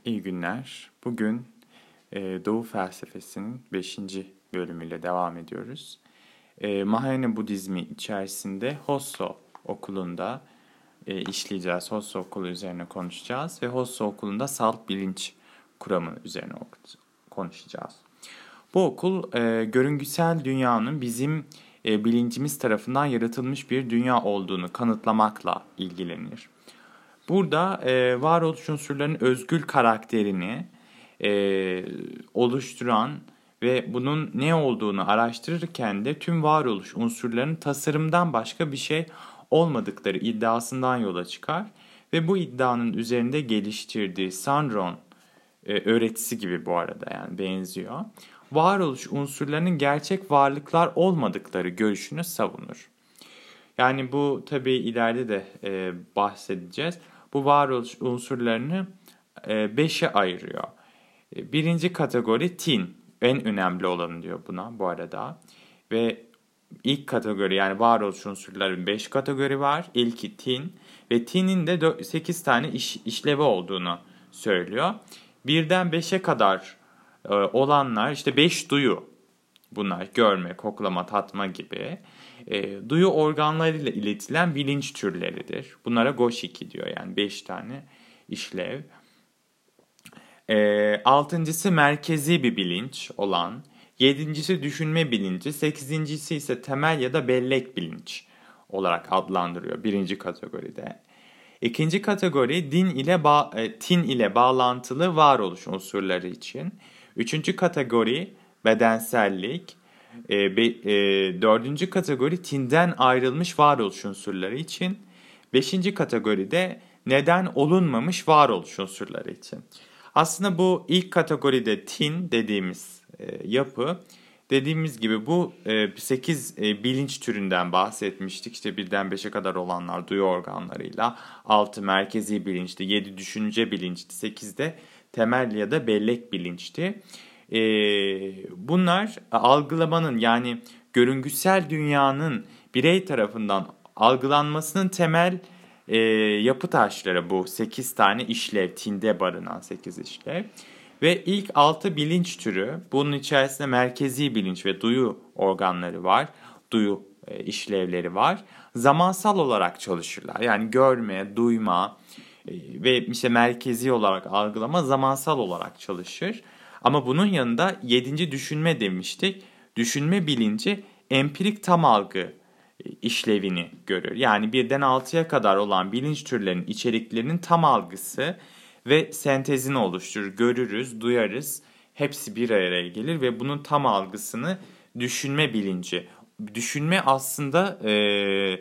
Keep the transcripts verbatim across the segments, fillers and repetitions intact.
İyi günler. Bugün e, Doğu felsefesinin beşinci bölümüyle devam ediyoruz. E, Mahayana Budizmi içerisinde Hosso okulunda e, işleyeceğiz. Hosso okulu üzerine konuşacağız ve Hosso okulunda salt bilinç kuramı üzerine konuşacağız. Bu okul e, görüngüsel dünyanın bizim e, bilincimiz tarafından yaratılmış bir dünya olduğunu kanıtlamakla ilgilenir. Burada e, varoluş unsurlarının özgül karakterini e, oluşturan ve bunun ne olduğunu araştırırken de tüm varoluş unsurlarının tasarımdan başka bir şey olmadıkları iddiasından yola çıkar ve bu iddianın üzerinde geliştirdiği Sanron e, öğretisi gibi bu arada yani benziyor. Varoluş unsurlarının gerçek varlıklar olmadıkları görüşünü savunur. Yani bu tabii ileride de e, bahsedeceğiz. Bu varoluş unsurlarını e, beşe ayırıyor. E, birinci kategori tin. En önemli olanı diyor buna bu arada. Ve ilk kategori yani varoluş unsurlarının beş kategori var. İlki tin. Ve tinin de sekiz tane iş, işlevi olduğunu söylüyor. Birden beşe kadar e, olanlar işte beş duyu. Bunlar görme, koklama, tatma gibi e, duyu organlarıyla iletilen bilinç türleridir. Bunlara Goshiki diyor yani beş tane işlev. E, altıncısı merkezi bir bilinç olan, yedincisi düşünme bilinci, sekizincisi ise temel ya da bellek bilinç olarak adlandırıyor birinci kategoride. İkinci kategori din ile ba- e, tin ile bağlantılı varoluş unsurları için. Üçüncü kategori bedensellik. E, be, e, dördüncü kategori tinden ayrılmış varoluş unsurları için. Beşinci kategoride neden olunmamış varoluş unsurları için. Aslında bu ilk kategoride tin dediğimiz e, yapı, dediğimiz gibi bu e, sekiz e, bilinç türünden bahsetmiştik. İşte birden beşe kadar olanlar duyu organlarıyla, altı merkezi bilinçti, yedi düşünce bilinçti, sekizde temel ya da bellek bilinçti. E, bunlar algılamanın yani görüngüsel dünyanın birey tarafından algılanmasının temel e, yapı taşları bu sekiz tane işlev, tinde barınan sekiz işlev. Ve ilk altı bilinç türü, bunun içerisinde merkezi bilinç ve duyu organları var, duyu e, işlevleri var. Zamansal olarak çalışırlar. Yani görme, duyma e, ve işte merkezi olarak algılama zamansal olarak çalışır. Ama bunun yanında yedinci düşünme demiştik. Düşünme bilinci empirik tam algı işlevini görür. Yani birden altıya kadar olan bilinç türlerinin içeriklerinin tam algısı ve sentezini oluşturur. Görürüz, duyarız. Hepsi bir araya gelir ve bunun tam algısını düşünme bilinci. Düşünme aslında e, e,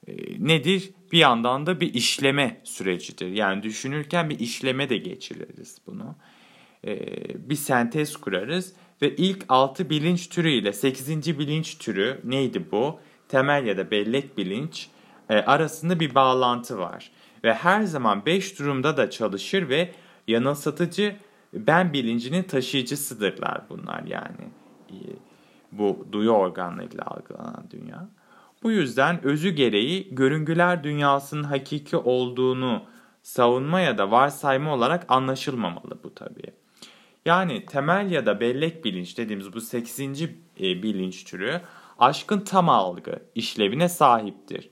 nedir? Bir yandan da bir işleme sürecidir. Yani düşünürken bir işleme de geçiririz bunu. E, bir sentez kurarız ve ilk altı bilinç türüyle sekizinci bilinç türü neydi bu? Temel ya da bellek bilinç e, arasında bir bağlantı var. Ve her zaman beş durumda da çalışır ve yanılsatıcı ben bilincinin taşıyıcısıdırlar bunlar yani. E, bu duyu organlarıyla algılanan dünya. Bu yüzden özü gereği görüngüler dünyasının hakiki olduğunu savunma ya da varsayma olarak anlaşılmamalı bu tabii. Yani temel ya da bellek bilinç dediğimiz bu sekizinci E, bilinç türü aşkın tam algı işlevine sahiptir.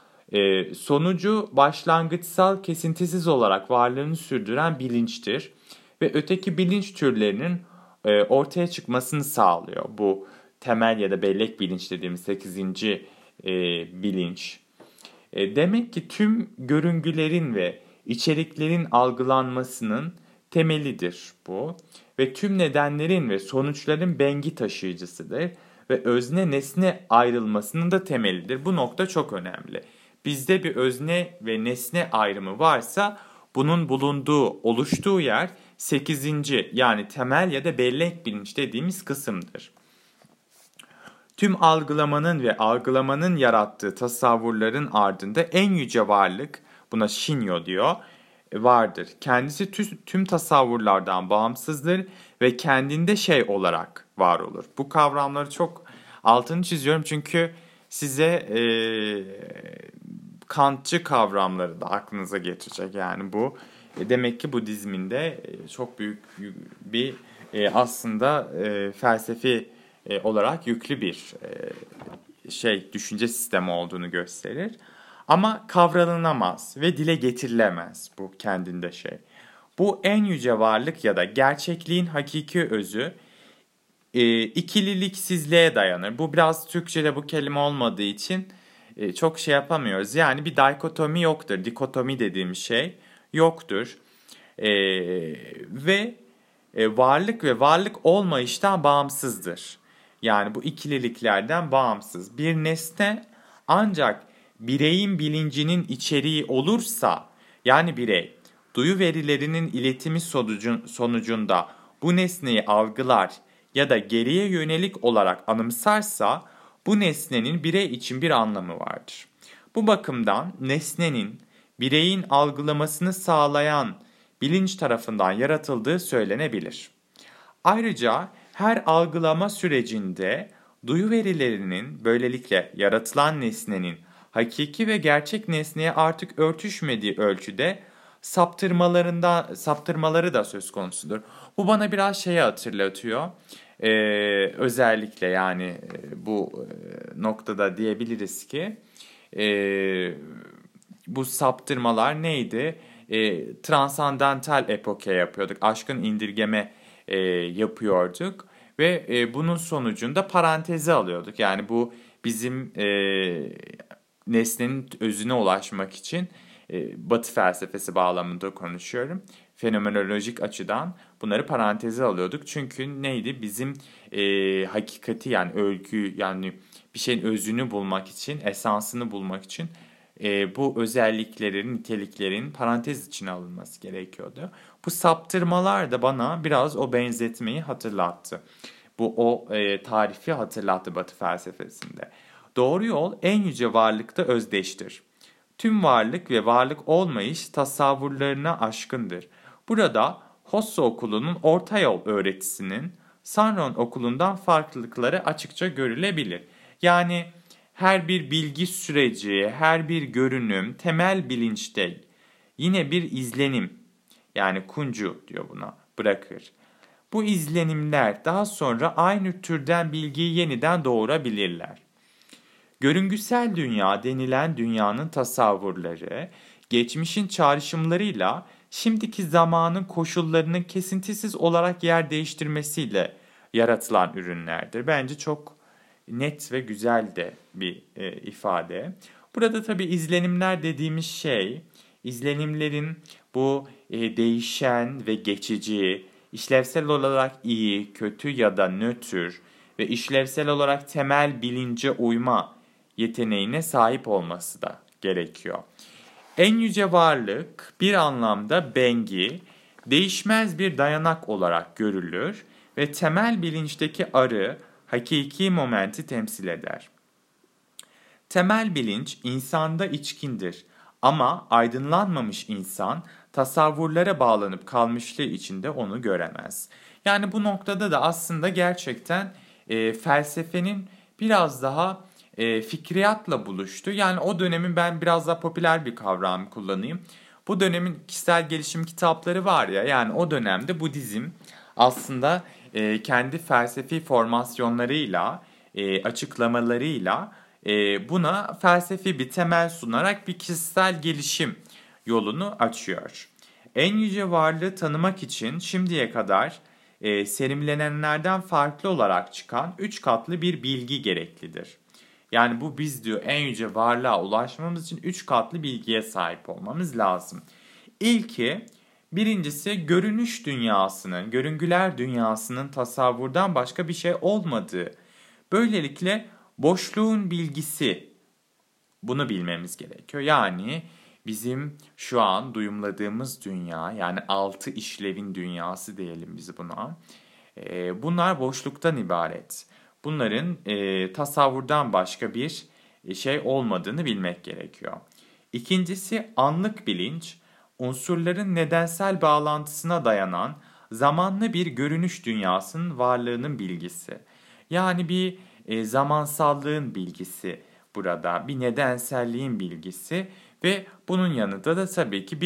E, sonucu başlangıçsal kesintisiz olarak varlığını sürdüren bilinçtir. Ve öteki bilinç türlerinin e, ortaya çıkmasını sağlıyor. Bu temel ya da bellek bilinç dediğimiz sekizinci E, bilinç. E, demek ki tüm görüngülerin ve içeriklerin algılanmasının temelidir bu. Ve tüm nedenlerin ve sonuçların bengi taşıyıcısıdır. Ve özne nesne ayrılmasının da temelidir. Bu nokta çok önemli. Bizde bir özne ve nesne ayrımı varsa bunun bulunduğu, oluştuğu yer sekizinci yani temel ya da bellek bilinç dediğimiz kısımdır. Tüm algılamanın ve algılamanın yarattığı tasavvurların ardında en yüce varlık, buna Shinyo diyor, vardır. Kendisi tüm, tüm tasavvurlardan bağımsızdır ve kendinde şey olarak var olur. Bu kavramları çok altını çiziyorum çünkü size e, Kantçı kavramları da aklınıza getirecek. Yani bu E, demek ki Budizmin de e, çok büyük bir e, aslında e, felsefi e, olarak yüklü bir e, şey düşünce sistemi olduğunu gösterir. Ama kavranılamaz ve dile getirilemez bu kendinde şey. Bu en yüce varlık ya da gerçekliğin hakiki özü e, ikililiksizliğe dayanır. Bu biraz Türkçe'de bu kelime olmadığı için e, çok şey yapamıyoruz. Yani bir dikotomi yoktur. Dikotomi dediğim şey yoktur. E, ve e, varlık ve varlık olmayıştan bağımsızdır. Yani bu ikililiklerden bağımsız. Bir nesne ancak bireyin bilincinin içeriği olursa, yani birey duyu verilerinin iletimi sonucun, sonucunda bu nesneyi algılar ya da geriye yönelik olarak anımsarsa bu nesnenin birey için bir anlamı vardır. Bu bakımdan nesnenin bireyin algılamasını sağlayan bilinç tarafından yaratıldığı söylenebilir. Ayrıca her algılama sürecinde duyu verilerinin böylelikle yaratılan nesnenin hakiki ve gerçek nesneye artık örtüşmediği ölçüde saptırmalarında saptırmaları da söz konusudur. Bu bana biraz şeyi hatırlatıyor. Ee, özellikle yani e, bu e, noktada diyebiliriz ki e, bu saptırmalar neydi? E, transandantal epoke yapıyorduk. Aşkın indirgeme e, yapıyorduk. Ve e, bunun sonucunda paranteze alıyorduk. Yani bu bizim e, nesnenin özüne ulaşmak için e, Batı felsefesi bağlamında konuşuyorum. Fenomenolojik açıdan bunları paranteze alıyorduk. Çünkü neydi? Bizim e, hakikati yani ölgü yani bir şeyin özünü bulmak için, esansını bulmak için e, bu özelliklerin, niteliklerin parantez içine alınması gerekiyordu. Bu saptırmalar da bana biraz o benzetmeyi hatırlattı. Bu o e, tarifi hatırlattı Batı felsefesinde. Doğru yol en yüce varlıkta özdeştir. Tüm varlık ve varlık olmayış tasavvurlarına aşkındır. Burada Hosso okulunun orta yol öğretisinin Sanron okulundan farklılıkları açıkça görülebilir. Yani her bir bilgi süreci, her bir görünüm temel bilinçte yine bir izlenim yani kuncu diyor buna bırakır. Bu izlenimler daha sonra aynı türden bilgiyi yeniden doğurabilirler. Görüngüsel dünya denilen dünyanın tasavvurları, geçmişin çağrışımlarıyla şimdiki zamanın koşullarının kesintisiz olarak yer değiştirmesiyle yaratılan ürünlerdir. Bence çok net ve güzel de bir e, ifade. Burada tabii izlenimler dediğimiz şey, izlenimlerin bu e, değişen ve geçici, işlevsel olarak iyi, kötü ya da nötr ve işlevsel olarak temel bilince uyma yeteneğine sahip olması da gerekiyor. En yüce varlık bir anlamda bengi, değişmez bir dayanak olarak görülür ve temel bilinçteki arı, hakiki momenti temsil eder. Temel bilinç insanda içkindir ama aydınlanmamış insan tasavvurlara bağlanıp kalmışlığı içinde onu göremez. Yani bu noktada da aslında gerçekten e, felsefenin biraz daha e, fikriyatla buluştu. Yani o dönemin ben biraz daha popüler bir kavram kullanayım. Bu dönemin kişisel gelişim kitapları var ya yani o dönemde Budizm aslında e, kendi felsefi formasyonlarıyla, e, açıklamalarıyla e, buna felsefi bir temel sunarak bir kişisel gelişim yolunu açıyor. En yüce varlığı tanımak için şimdiye kadar e, serimlenenlerden farklı olarak çıkan üç katlı bir bilgi gereklidir. Yani bu biz diyor en yüce varlığa ulaşmamız için üç katlı bilgiye sahip olmamız lazım. İlki birincisi görünüş dünyasının, görüngüler dünyasının tasavvurdan başka bir şey olmadığı. Böylelikle boşluğun bilgisi bunu bilmemiz gerekiyor. Yani bizim şu an duyumladığımız dünya yani altı işlevin dünyası diyelim biz buna. E, bunlar boşluktan ibaret. Bunların e, tasavvurdan başka bir şey olmadığını bilmek gerekiyor. İkincisi anlık bilinç, unsurların nedensel bağlantısına dayanan zamanlı bir görünüş dünyasının varlığının bilgisi. Yani bir e, zamansallığın bilgisi burada, bir nedenselliğin bilgisi ve bunun yanında da tabii ki bir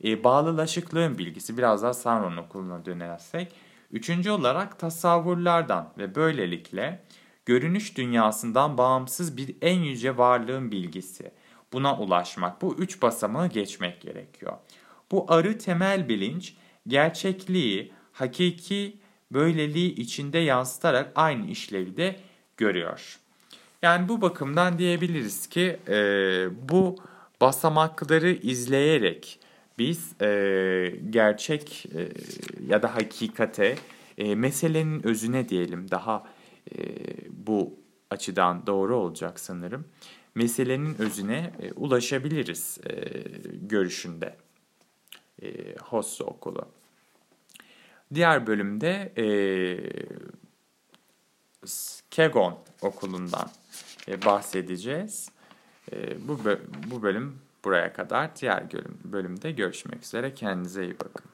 e, bağlılaşıklığın bilgisi. Biraz daha Sanron okuluna dönersek. Üçüncü olarak tasavvurlardan ve böylelikle görünüş dünyasından bağımsız bir en yüce varlığın bilgisi. Buna ulaşmak, bu üç basamağı geçmek gerekiyor. Bu arı temel bilinç, gerçekliği, hakiki böyleliği içinde yansıtarak aynı işlevi de görüyor. Yani bu bakımdan diyebiliriz ki e, bu basamakları izleyerek biz e, gerçek e, ya da hakikate, e, meselenin özüne diyelim, daha e, bu açıdan doğru olacak sanırım. Meselenin özüne e, ulaşabiliriz e, görüşünde e, Hosso okulu. Diğer bölümde e, Kegon okulundan e, bahsedeceğiz. E, bu, bu bölüm buraya kadar. Diğer bölüm, bölümde görüşmek üzere. Kendinize iyi bakın.